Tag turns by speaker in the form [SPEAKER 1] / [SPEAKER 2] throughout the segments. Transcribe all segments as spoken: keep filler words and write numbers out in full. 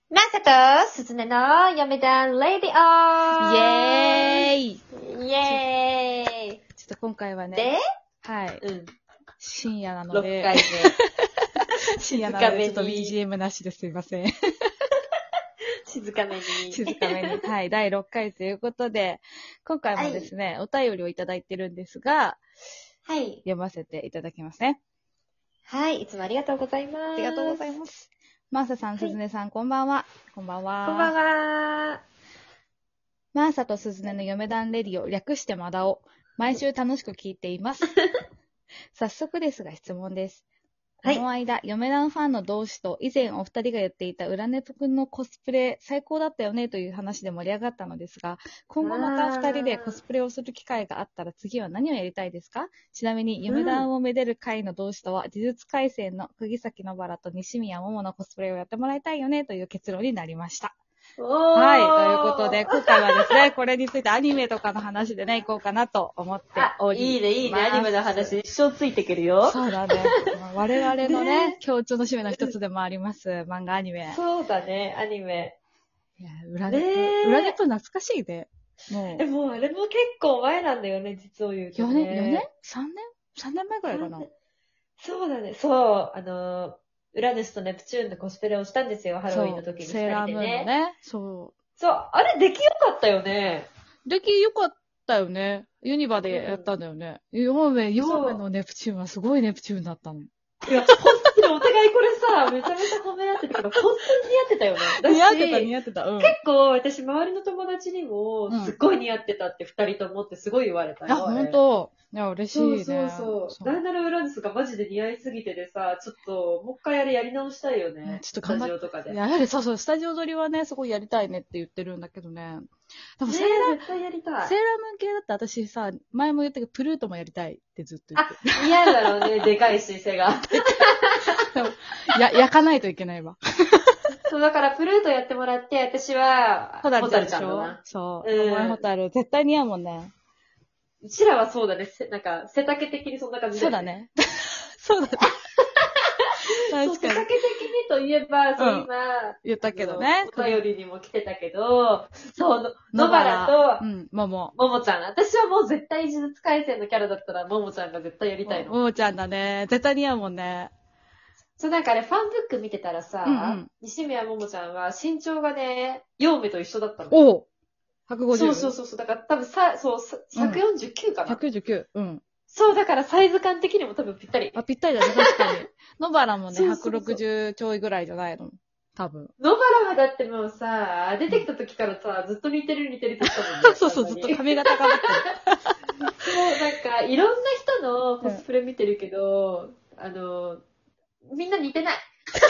[SPEAKER 1] マサとスズネの嫁だレディオー
[SPEAKER 2] イエーイ
[SPEAKER 1] イエーイ
[SPEAKER 2] ちょっと今回はね、
[SPEAKER 1] で、
[SPEAKER 2] はい、
[SPEAKER 1] うん、
[SPEAKER 2] 深夜なの
[SPEAKER 1] ろっ
[SPEAKER 2] で、
[SPEAKER 1] かいめ。
[SPEAKER 2] 深夜なのでちょっと ビージーエム なしですいません。
[SPEAKER 1] 静かめに。
[SPEAKER 2] 静かめに。はい、だいろっかいということで、今回もですね、はい、お便りをいただいてるんですが、
[SPEAKER 1] はい。
[SPEAKER 2] 読ませていただきますね。
[SPEAKER 1] はい、いつもありがとうございます。
[SPEAKER 2] ありがとうございます。マーサさん、すずねさん、こんばんは。こんばんは。
[SPEAKER 1] こんばんは。
[SPEAKER 2] マーサとすずねの嫁団レディオ、略してまだお。毎週楽しく聞いています。早速ですが質問です。この間、はい、嫁団ファンの同士と以前お二人が言っていた裏ネプ君のコスプレ最高だったよねという話で盛り上がったのですが、今後また二人でコスプレをする機会があったら次は何をやりたいですか？ちなみに嫁団をめでる会の同士とは、呪術廻戦の釘崎野原と西宮桃のコスプレをやってもらいたいよねという結論になりました。はい。ということで、今回はですね、これについてアニメとかの話でね、行こうかなと思っております。
[SPEAKER 1] いいね、いいね。アニメの話、一生ついてくるよ。
[SPEAKER 2] そうだね。我々のね、ね共通の趣味の一つでもあります、漫画アニメ。
[SPEAKER 1] そうだね、アニメ。
[SPEAKER 2] いや、裏ネプ、裏ネプ懐かしいね。
[SPEAKER 1] もう。え、もうあれも結構前なんだよね、実を言うと、ね。
[SPEAKER 2] よねん、よねん ?さん 年 ?さん 年前くらいかな。
[SPEAKER 1] そうだね、そう、あの、ウラヌスとネプチューンのコスプレをしたんですよ、ハロウィンの時に、ね。
[SPEAKER 2] セーラームーンのね。そう。
[SPEAKER 1] そう、あれ、出来良かったよね。
[SPEAKER 2] 出来良かったよね。ユニバでやったんだよね。ヨーメ、ヨーメのネプチューンはすごいネプチューンだったの。
[SPEAKER 1] いや、本当にお互いこれさ、めちゃめちゃ褒め合ってたけど、本当に似合ってたよね。
[SPEAKER 2] 似合ってた、似合ってた。うん、
[SPEAKER 1] 結構、私、周りの友達にも、すっごい似合ってたって二人ともってすごい言われたよ。
[SPEAKER 2] あ、本当。いや、嬉しいね。
[SPEAKER 1] そうそうそう。なんならウラヌスがマジで似合いすぎてでさ、ちょっと、もう一回あれやり直したいよね。
[SPEAKER 2] ちょっと頑張って。
[SPEAKER 1] スタジオとかで。
[SPEAKER 2] いや、やはりそうそう、スタジオ撮りはね、すごいやりたいねって言ってるんだけどね。
[SPEAKER 1] でもセーラー、絶対やりたい。
[SPEAKER 2] セーラームーン系だって私さ、前も言ったけど、プルートもやりたいってずっと言ってる。
[SPEAKER 1] あ、似合うだろうね、でかいし、背が。
[SPEAKER 2] や、焼かないといけないわ。
[SPEAKER 1] そう、だからプルートやってもらって、私は、ホタルちゃんだな。
[SPEAKER 2] そう。お前ホタル、絶対似合うもんね。
[SPEAKER 1] うちらはそうだね。なんか、背丈的にそんな感じ
[SPEAKER 2] だね。そうだね。そうだね。
[SPEAKER 1] 確かに。背丈的にといえば、そう、うん、今、
[SPEAKER 2] 言ったけどね。
[SPEAKER 1] お便りにも来てたけど、そう、野原と、
[SPEAKER 2] うん、もも。
[SPEAKER 1] ももちゃん。私はもう絶対呪術廻戦のキャラだったら、ももちゃんが絶対やりたいの。
[SPEAKER 2] ももちゃんだね。絶対似合うもんね。
[SPEAKER 1] そう、なんかあれ、ファンブック見てたらさ、うんうん、西宮ももちゃんは身長がね、ヨウメと一緒だったの。
[SPEAKER 2] おうひゃくごじゅう。
[SPEAKER 1] そうそうそう。だから多分さ、そう、ひゃくよんじゅうきゅうかな。
[SPEAKER 2] ひゃくよんじゅうきゅう。うん。
[SPEAKER 1] そう、だからサイズ感的にも多分ぴったり。
[SPEAKER 2] あ、ぴったりだね、確かに。野原もね、ひゃくろくじゅうちょいぐらいじゃないの多分。
[SPEAKER 1] 野原はだってもうさ、出てきた時からさ、ずっと似てる似てるって言ったもんね。
[SPEAKER 2] そうそう、ずっと髪型がなってる。
[SPEAKER 1] そう、なんか、いろんな人のコスプレ見てるけど、うん、あの、みんな似てない。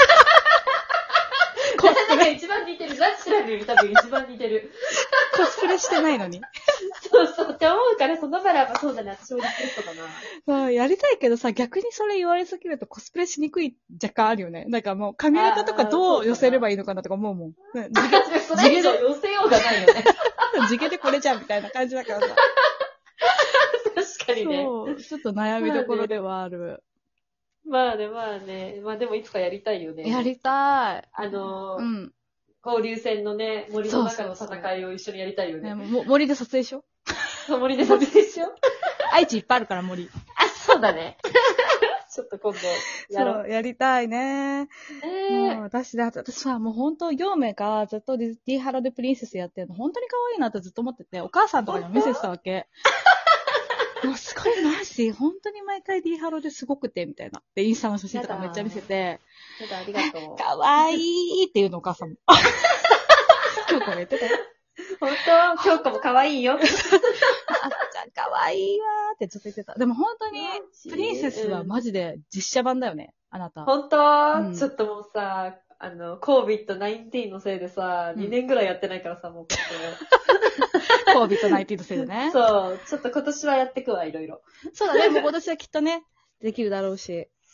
[SPEAKER 1] コスプレ一番似てる。ナチュラルより多分一番似てる。
[SPEAKER 2] コスプレしてないのに。
[SPEAKER 1] そうそうって思うから、そのバラはそうだな、私もリクエストかな。
[SPEAKER 2] そう、やりたいけどさ、逆にそれ言われすぎるとコスプレしにくい若干あるよね。なんかもう髪型とかどう寄せればいいのかなとか思うもん。
[SPEAKER 1] 地毛、それ以上寄せようがないよね。
[SPEAKER 2] 地毛でこれじゃんみたいな感じだからさ。
[SPEAKER 1] 確かにね。
[SPEAKER 2] そう、ちょっっと悩みどころではある。
[SPEAKER 1] まあね、まあね。まあでもいつかやりたいよね。
[SPEAKER 2] やりたい。
[SPEAKER 1] あのー、
[SPEAKER 2] うん。
[SPEAKER 1] 交流戦のね、森の中の戦いを一緒にやりたいよね。
[SPEAKER 2] そうそうそうね、森で撮影しよ
[SPEAKER 1] う。森で撮影しよう。
[SPEAKER 2] 愛知いっぱいあるから森。
[SPEAKER 1] あ、そうだね。ちょっと今度やろう。
[SPEAKER 2] そう、やりたいね。
[SPEAKER 1] えー、
[SPEAKER 2] もう私だ、私さ、もう本当、ヨーメがずっとディーハロでプリンセスやってるの、本当に可愛いなってずっと思ってて、お母さんとかにも見せてたわけ。もうすごいマジ、本当に毎回 D ハロですごくて、みたいな。で、インスタの写真とかめっちゃ見せて。
[SPEAKER 1] やだ、ありがとう。
[SPEAKER 2] かわいいっていうのお母さんも。今日これ言ってたよ。
[SPEAKER 1] 本当今日こもかわいいよ。あっち
[SPEAKER 2] ゃんかわいいわーってずっと言ってた。でも本当に、プリンセスはマジで実写版だよね、あなた。
[SPEAKER 1] 本当、うん、ちょっともうさ、あの、コービッドナインティーン のせいでさ、うん、にねんぐらいやってないからさ、もうこ
[SPEAKER 2] れ。コービッドナインティーン のせいでね。
[SPEAKER 1] そう。ちょっと今年はやってくわ、いろいろ。
[SPEAKER 2] そうだね、もう今年はきっとね、できるだろうし。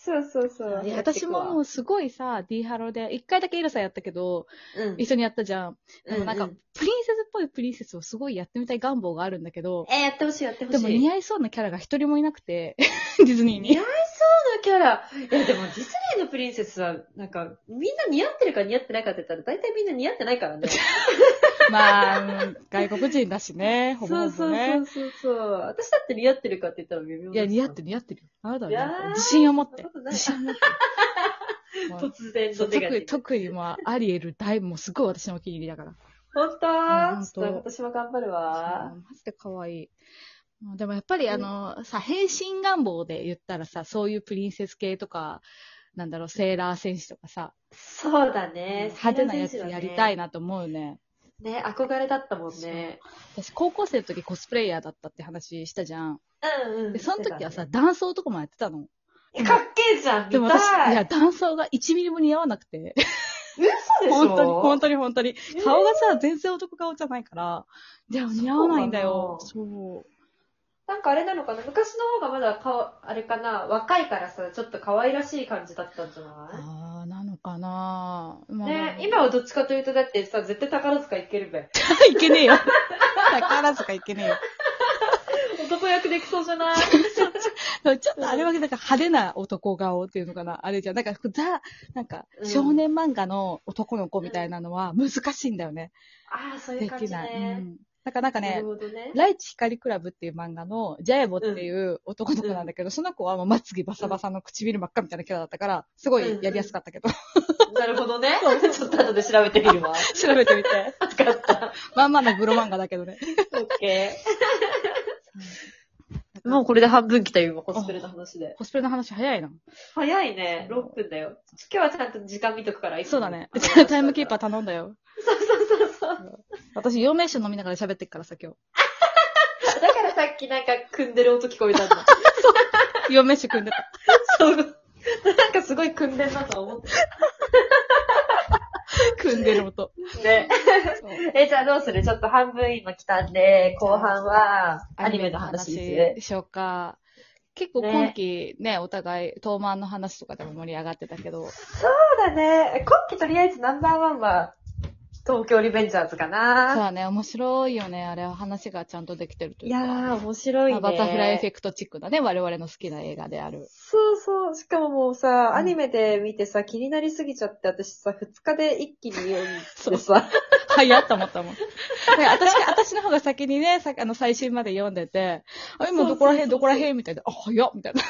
[SPEAKER 1] そうそうそう。
[SPEAKER 2] いや、私ももうすごいさ、D ハロで、一回だけイルサやったけど、
[SPEAKER 1] うん。
[SPEAKER 2] 一緒にやったじゃん。でもなんか、
[SPEAKER 1] うんうん、
[SPEAKER 2] プリンセスっぽいプリンセスをすごいやってみたい願望があるんだけど、
[SPEAKER 1] えー、やってほしい、やってほしい。
[SPEAKER 2] でも似合いそうなキャラが一人もいなくて、ディズニーに。
[SPEAKER 1] 似合いそうなキャラ。いや、でもディズニーのプリンセスは、なんか、みんな似合ってるか似合ってないかって言ったら、大体みんな似合ってないからね。
[SPEAKER 2] まあ、外国人だしね、ほぼほぼね。
[SPEAKER 1] そうそうそうそう。私だって似合ってるかって言ったら微妙
[SPEAKER 2] いや、似合ってる似合ってるよ。あなたは似合ってる。
[SPEAKER 1] いやー
[SPEAKER 2] 自信を持って
[SPEAKER 1] そんなこと。ない
[SPEAKER 2] 自信を持って。もう
[SPEAKER 1] 突然
[SPEAKER 2] そう特に、
[SPEAKER 1] のネガティブ。
[SPEAKER 2] 特にもう、アリエル大もすごい私のお気に入りだから。
[SPEAKER 1] 本当
[SPEAKER 2] うん
[SPEAKER 1] ちょっと私も頑張るわ。
[SPEAKER 2] そうマジで可愛い。でもやっぱりあの、さ、変身願望で言ったらさ、そういうプリンセス系とか、なんだろう、セーラー戦士とかさ、
[SPEAKER 1] そうだね。
[SPEAKER 2] 派手なやつやりたい
[SPEAKER 1] な。
[SPEAKER 2] なと思うね。
[SPEAKER 1] ね、憧れだったもんね。
[SPEAKER 2] 私、高校生の時コスプレイヤーだったって話したじゃん。
[SPEAKER 1] うんうん。
[SPEAKER 2] で、その時はさ、
[SPEAKER 1] して
[SPEAKER 2] 男装とかもやってたの。
[SPEAKER 1] たねかっけえじゃん、
[SPEAKER 2] でも私、
[SPEAKER 1] 見たい。
[SPEAKER 2] いや、男装がいちミリも似合わなくて。
[SPEAKER 1] 嘘でしょ
[SPEAKER 2] 本当に、本当に本当に。
[SPEAKER 1] えー
[SPEAKER 2] 顔がさ、全然男顔じゃないから、いや、似合わないんだよ。
[SPEAKER 1] そう
[SPEAKER 2] そう。
[SPEAKER 1] なんかあれなのかな、昔の方がまだか、あれかな、若いからさ、ちょっと可愛らしい感じだったんじゃない
[SPEAKER 2] あー、なのかな、まあ、
[SPEAKER 1] ね、今はどっちかというとだってさ、絶対宝塚いけるべ。
[SPEAKER 2] いけねえよ。宝塚いけねえよ。
[SPEAKER 1] 男役できそうじゃない
[SPEAKER 2] ちょっとあれはなんか派手な男顔っていうのかな。あれじゃん。なんかザ、なんか
[SPEAKER 1] うん
[SPEAKER 2] 少年漫画の男の子みたいなのは難しいんだよね。
[SPEAKER 1] ああ、そういう感じ
[SPEAKER 2] できない。う
[SPEAKER 1] ね。
[SPEAKER 2] ん。なんかなんかね
[SPEAKER 1] なる、ほどね。
[SPEAKER 2] ライチ光クラブっていう漫画のジャエボっていう男の子なんだけど、その子はもうまつげバサバサの唇真っ赤みたいなキャラだったから、すごいやりやすかったけど。
[SPEAKER 1] なるほどね。ちょっと後で調べてみるわ。
[SPEAKER 2] 調べてみて。
[SPEAKER 1] わかった。
[SPEAKER 2] まんまのグロ漫画だけどね。
[SPEAKER 1] オッケー。もうこれで半分来たよ、今、コスプレの話で。
[SPEAKER 2] コスプレの話早いな。
[SPEAKER 1] 早いね。ろっぷんだよ。今日はちゃんと時間見とくから。
[SPEAKER 2] そうだね。タイムキーパー頼んだよ。
[SPEAKER 1] そうそうそうそう。
[SPEAKER 2] 私、陽明酒飲みながら喋ってっからさ、今日。
[SPEAKER 1] だからさっきなんか組んでる音聞こえたんだ。
[SPEAKER 2] 陽明酒組んでた。
[SPEAKER 1] そう。なんかすごい組んでんなと思って。
[SPEAKER 2] 組んでる音。
[SPEAKER 1] ね。え、じゃあどうする？ちょっと半分今来たんで、後半はアニメの話
[SPEAKER 2] でしょうか。結構今期ね、ねお互い、東漫の話とかでも盛り上がってたけど。
[SPEAKER 1] そうだね。今期とりあえずナンバーワンは、東京リベンジャーズかな。
[SPEAKER 2] そうだね、面白いよね。あれは話がちゃんとできてるというか。
[SPEAKER 1] いやー、面白いね。
[SPEAKER 2] バタフライエフェクトチックだね、我々の好きな映画である。
[SPEAKER 1] そうそう。しかももうさ、うん、アニメで見てさ、気になりすぎちゃって、私さ、二日で一気に読んでさ。
[SPEAKER 2] 早っと思ったもん。私、私の方が先にね、さあの、最新まで読んでて、あ、今どこら辺、どこら辺みたいな、あ、早っみたいな。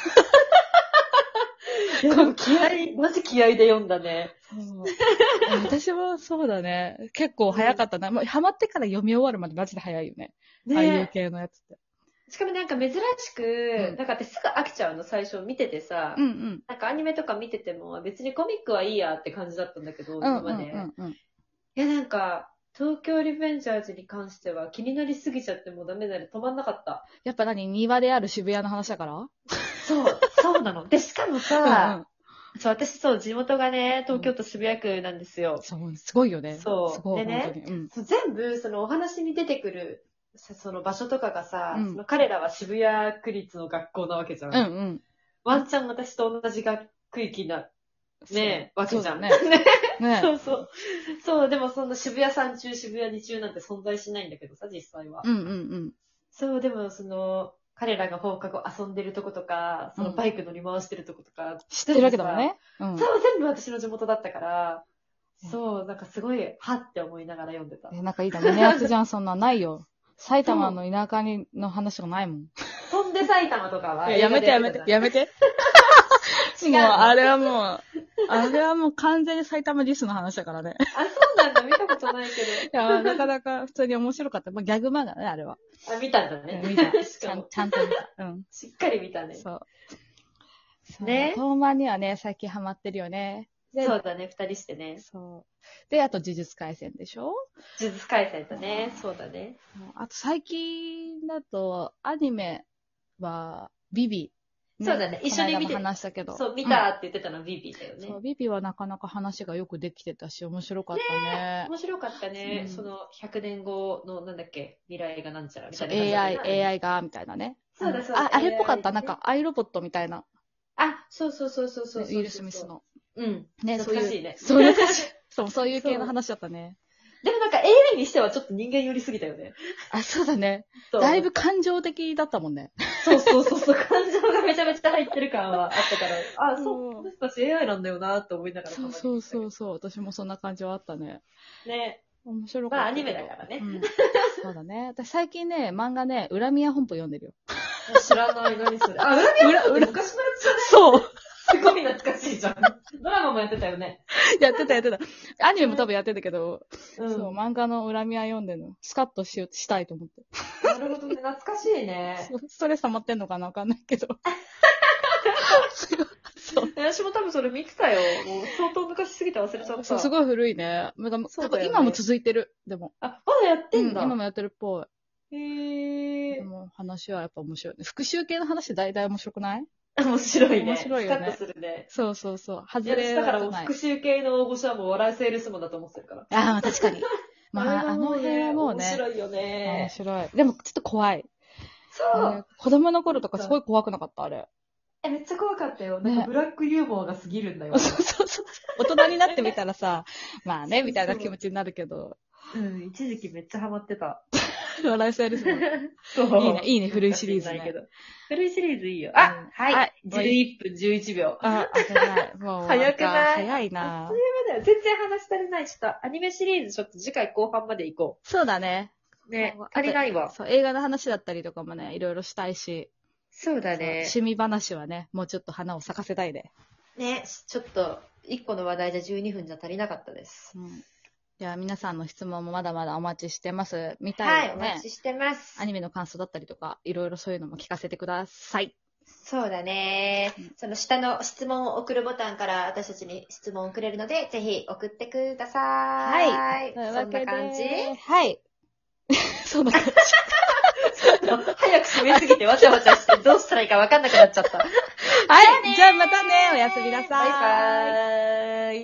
[SPEAKER 1] いや、でも気合い、マジ気合いで読んだね。
[SPEAKER 2] 私もそうだね。結構早かったな。もうハマってから読み終わるまでマジで早いよね。ね、ああいう系のやつって。
[SPEAKER 1] しかもなんか珍しく、うん、なんか私すぐ飽きちゃうの、最初見ててさ、
[SPEAKER 2] うんうん、
[SPEAKER 1] なんかアニメとか見てても別にコミックはいいやって感じだったんだけど、今まで。うんうんうんうん、いやなんか、東京リベンジャーズに関しては気になりすぎちゃってもうダメだね。止まんなかった。
[SPEAKER 2] やっぱ何庭である渋谷の話だから
[SPEAKER 1] そう、そうなの。で、しかもさ、うんうんそう、私そう、地元がね、東京都渋谷区なんですよ。
[SPEAKER 2] そう、すごいよね。
[SPEAKER 1] そう。
[SPEAKER 2] すごい、
[SPEAKER 1] でね、
[SPEAKER 2] 本当に、うん、
[SPEAKER 1] 全部、そのお話に出てくる、その場所とかがさ、
[SPEAKER 2] うん、
[SPEAKER 1] その彼らは渋谷区立の学校なわけじゃん。
[SPEAKER 2] うんうん。
[SPEAKER 1] ワンチャン私と同じ学区域な、ね、わけじゃん。
[SPEAKER 2] ね。
[SPEAKER 1] ねそうそう。そう、でもそんな渋谷さん中、渋谷に中なんて存在しないんだけどさ、実際は。
[SPEAKER 2] うんうんうん。
[SPEAKER 1] そう、でもその、彼らが放課後遊んでるとことか、そのバイク乗り回してるとことか、うん、
[SPEAKER 2] 知ってるわけだもんね。
[SPEAKER 1] うん、そう、全部私の地元だったから、そう、なんかすごい、はって思いながら読んでた。
[SPEAKER 2] え、なんかいいだね。胸熱じゃん、そんなんないよ。埼玉の田舎にの話がないもん。
[SPEAKER 1] 飛んで埼玉とかは
[SPEAKER 2] やめてやめて、やめて。違う。もう、あれはもう、あれはもう完全に埼玉ディスの話だからね。
[SPEAKER 1] あ、そうなんだ。見たことないけど。い
[SPEAKER 2] や、なかなか普通に面白かった。まあ、ギャグ漫画ね、あれは。
[SPEAKER 1] あ、見たんだね。
[SPEAKER 2] 見た。ちゃん、ちゃんと見た。うん。
[SPEAKER 1] しっかり見たね。
[SPEAKER 2] そう。
[SPEAKER 1] そうね。
[SPEAKER 2] 東漫にはね、最近ハマってるよね。
[SPEAKER 1] そうだね、二人してね。
[SPEAKER 2] そう。で、あと、呪術廻戦でしょ？
[SPEAKER 1] 呪術廻戦だね。そうだね。
[SPEAKER 2] あと、最近だと、アニメは、ビビ。
[SPEAKER 1] ね、そうだね。一緒に見て。
[SPEAKER 2] 話したけど。
[SPEAKER 1] そう、見たって言ってたのはビビだよね。
[SPEAKER 2] そう、ビビはなかなか話がよくできてたし、面白かったね。
[SPEAKER 1] ね面白かったね、うん。その、ひゃくねんごの、なんだっけ、未来がなんちゃらみたいな。
[SPEAKER 2] エーアイ、エーアイ が、みたいなね。
[SPEAKER 1] そうだそう
[SPEAKER 2] だ。あ、あれっぽかった。なんか、アイロボットみたいな。
[SPEAKER 1] あ、 そうそうそうそうそうそうそう。
[SPEAKER 2] ウィル・スミスの。
[SPEAKER 1] うん。
[SPEAKER 2] ね、
[SPEAKER 1] 懐かしいね。
[SPEAKER 2] そういう、そう、そういう系の話だったね。
[SPEAKER 1] でもなんか映画にしてはちょっと人間寄りすぎたよね。
[SPEAKER 2] あ、そうだね。だいぶ感情的だったもんね。
[SPEAKER 1] そうそうそうそう、感情がめちゃめちゃ入ってる感はあったから、あ、そう、この人たち エーアイ なんだよなって思いながら。
[SPEAKER 2] そうそうそうそう、私もそんな感じはあったね。
[SPEAKER 1] ね。
[SPEAKER 2] 面白かった。
[SPEAKER 1] まあアニメだからね。
[SPEAKER 2] うん、そうだね。私最近ね、漫画ね、恨み屋本舗読んでるよ。
[SPEAKER 1] 知らない、何それ。あ、恨み屋本舗って昔のやつじゃない？
[SPEAKER 2] そう。
[SPEAKER 1] すごい懐かしいじゃん。ドラマもやってたよね。
[SPEAKER 2] やってたやってた。アニメも多分やってたけど、
[SPEAKER 1] うん、
[SPEAKER 2] そう、漫画の恨み屋読んでるの。スカッとしよう、したいと思って。
[SPEAKER 1] なるほどね、懐かしいね。
[SPEAKER 2] ストレス溜まってんのかなわかんないけど。
[SPEAKER 1] そう。私も多分それ見てたよ。もう相当昔すぎて忘れちゃった。
[SPEAKER 2] そう、すごい古いね。なんか、多分今も続いてる。でも。
[SPEAKER 1] あ、まだやってんだ。
[SPEAKER 2] うん、今もやってるっぽ
[SPEAKER 1] い。へー。
[SPEAKER 2] でも話はやっぱ面白いね。復習系の話大体面白くない？
[SPEAKER 1] 面白いね。
[SPEAKER 2] 面白いよね。
[SPEAKER 1] スカッとするね。
[SPEAKER 2] そうそうそう。外れ
[SPEAKER 1] だからもう復習系の応募者はもう笑いセールスマンだと思ってるから。
[SPEAKER 2] ああ、確かに。まあ、あの辺はもうね。
[SPEAKER 1] 面白いよね。
[SPEAKER 2] 面白い。でもちょっと怖い。
[SPEAKER 1] そう。
[SPEAKER 2] 子供の頃とかすごい怖くなかったあれ。
[SPEAKER 1] え、めっちゃ怖かったよ。なんかブラックユーモアが過ぎるんだよ。
[SPEAKER 2] そうそうそう。大人になってみたらさ、まあね、みたいな気持ちになるけど。
[SPEAKER 1] うん、一時期めっちゃハマってた。
[SPEAKER 2] 笑いそうですもん。
[SPEAKER 1] そう。
[SPEAKER 2] いいね、いいね、古いシリーズね。
[SPEAKER 1] 古いシリーズいいよ。あ、うん、はい。はい、じゅういっぷんじゅういちびょう。
[SPEAKER 2] あ、危ない。もう。
[SPEAKER 1] 早くない？
[SPEAKER 2] 早いな。
[SPEAKER 1] あっという間だよ。全然話し足りない。ちょっとアニメシリーズちょっと次回後半まで行こ
[SPEAKER 2] う。そうだね。
[SPEAKER 1] ね、足りないわ。
[SPEAKER 2] そう、映画の話だったりとかもね、いろいろしたいし。
[SPEAKER 1] そうだね。
[SPEAKER 2] 趣味話はね、もうちょっと花を咲かせたいで。
[SPEAKER 1] ね、ちょっと、いっこの話題じゃじゅうにふんじゃ足りなかったです。
[SPEAKER 2] うん。じゃあ皆さんの質問もまだまだお待ちしてます。見たいよね。
[SPEAKER 1] はい、お待ちしてます。
[SPEAKER 2] アニメの感想だったりとか、いろいろそういうのも聞かせてください。
[SPEAKER 1] そうだね、うん。その下の質問を送るボタンから私たちに質問をくれるので、ぜひ送ってください。はい。
[SPEAKER 2] というわけで。
[SPEAKER 1] そんな感じ？
[SPEAKER 2] はい。そんな感じ。
[SPEAKER 1] 早く締めすぎてわちゃわちゃしてどうしたらいいか分かんなくなっちゃった。
[SPEAKER 2] はい。じゃあまたね。おやすみなさい。
[SPEAKER 1] バイバーイ。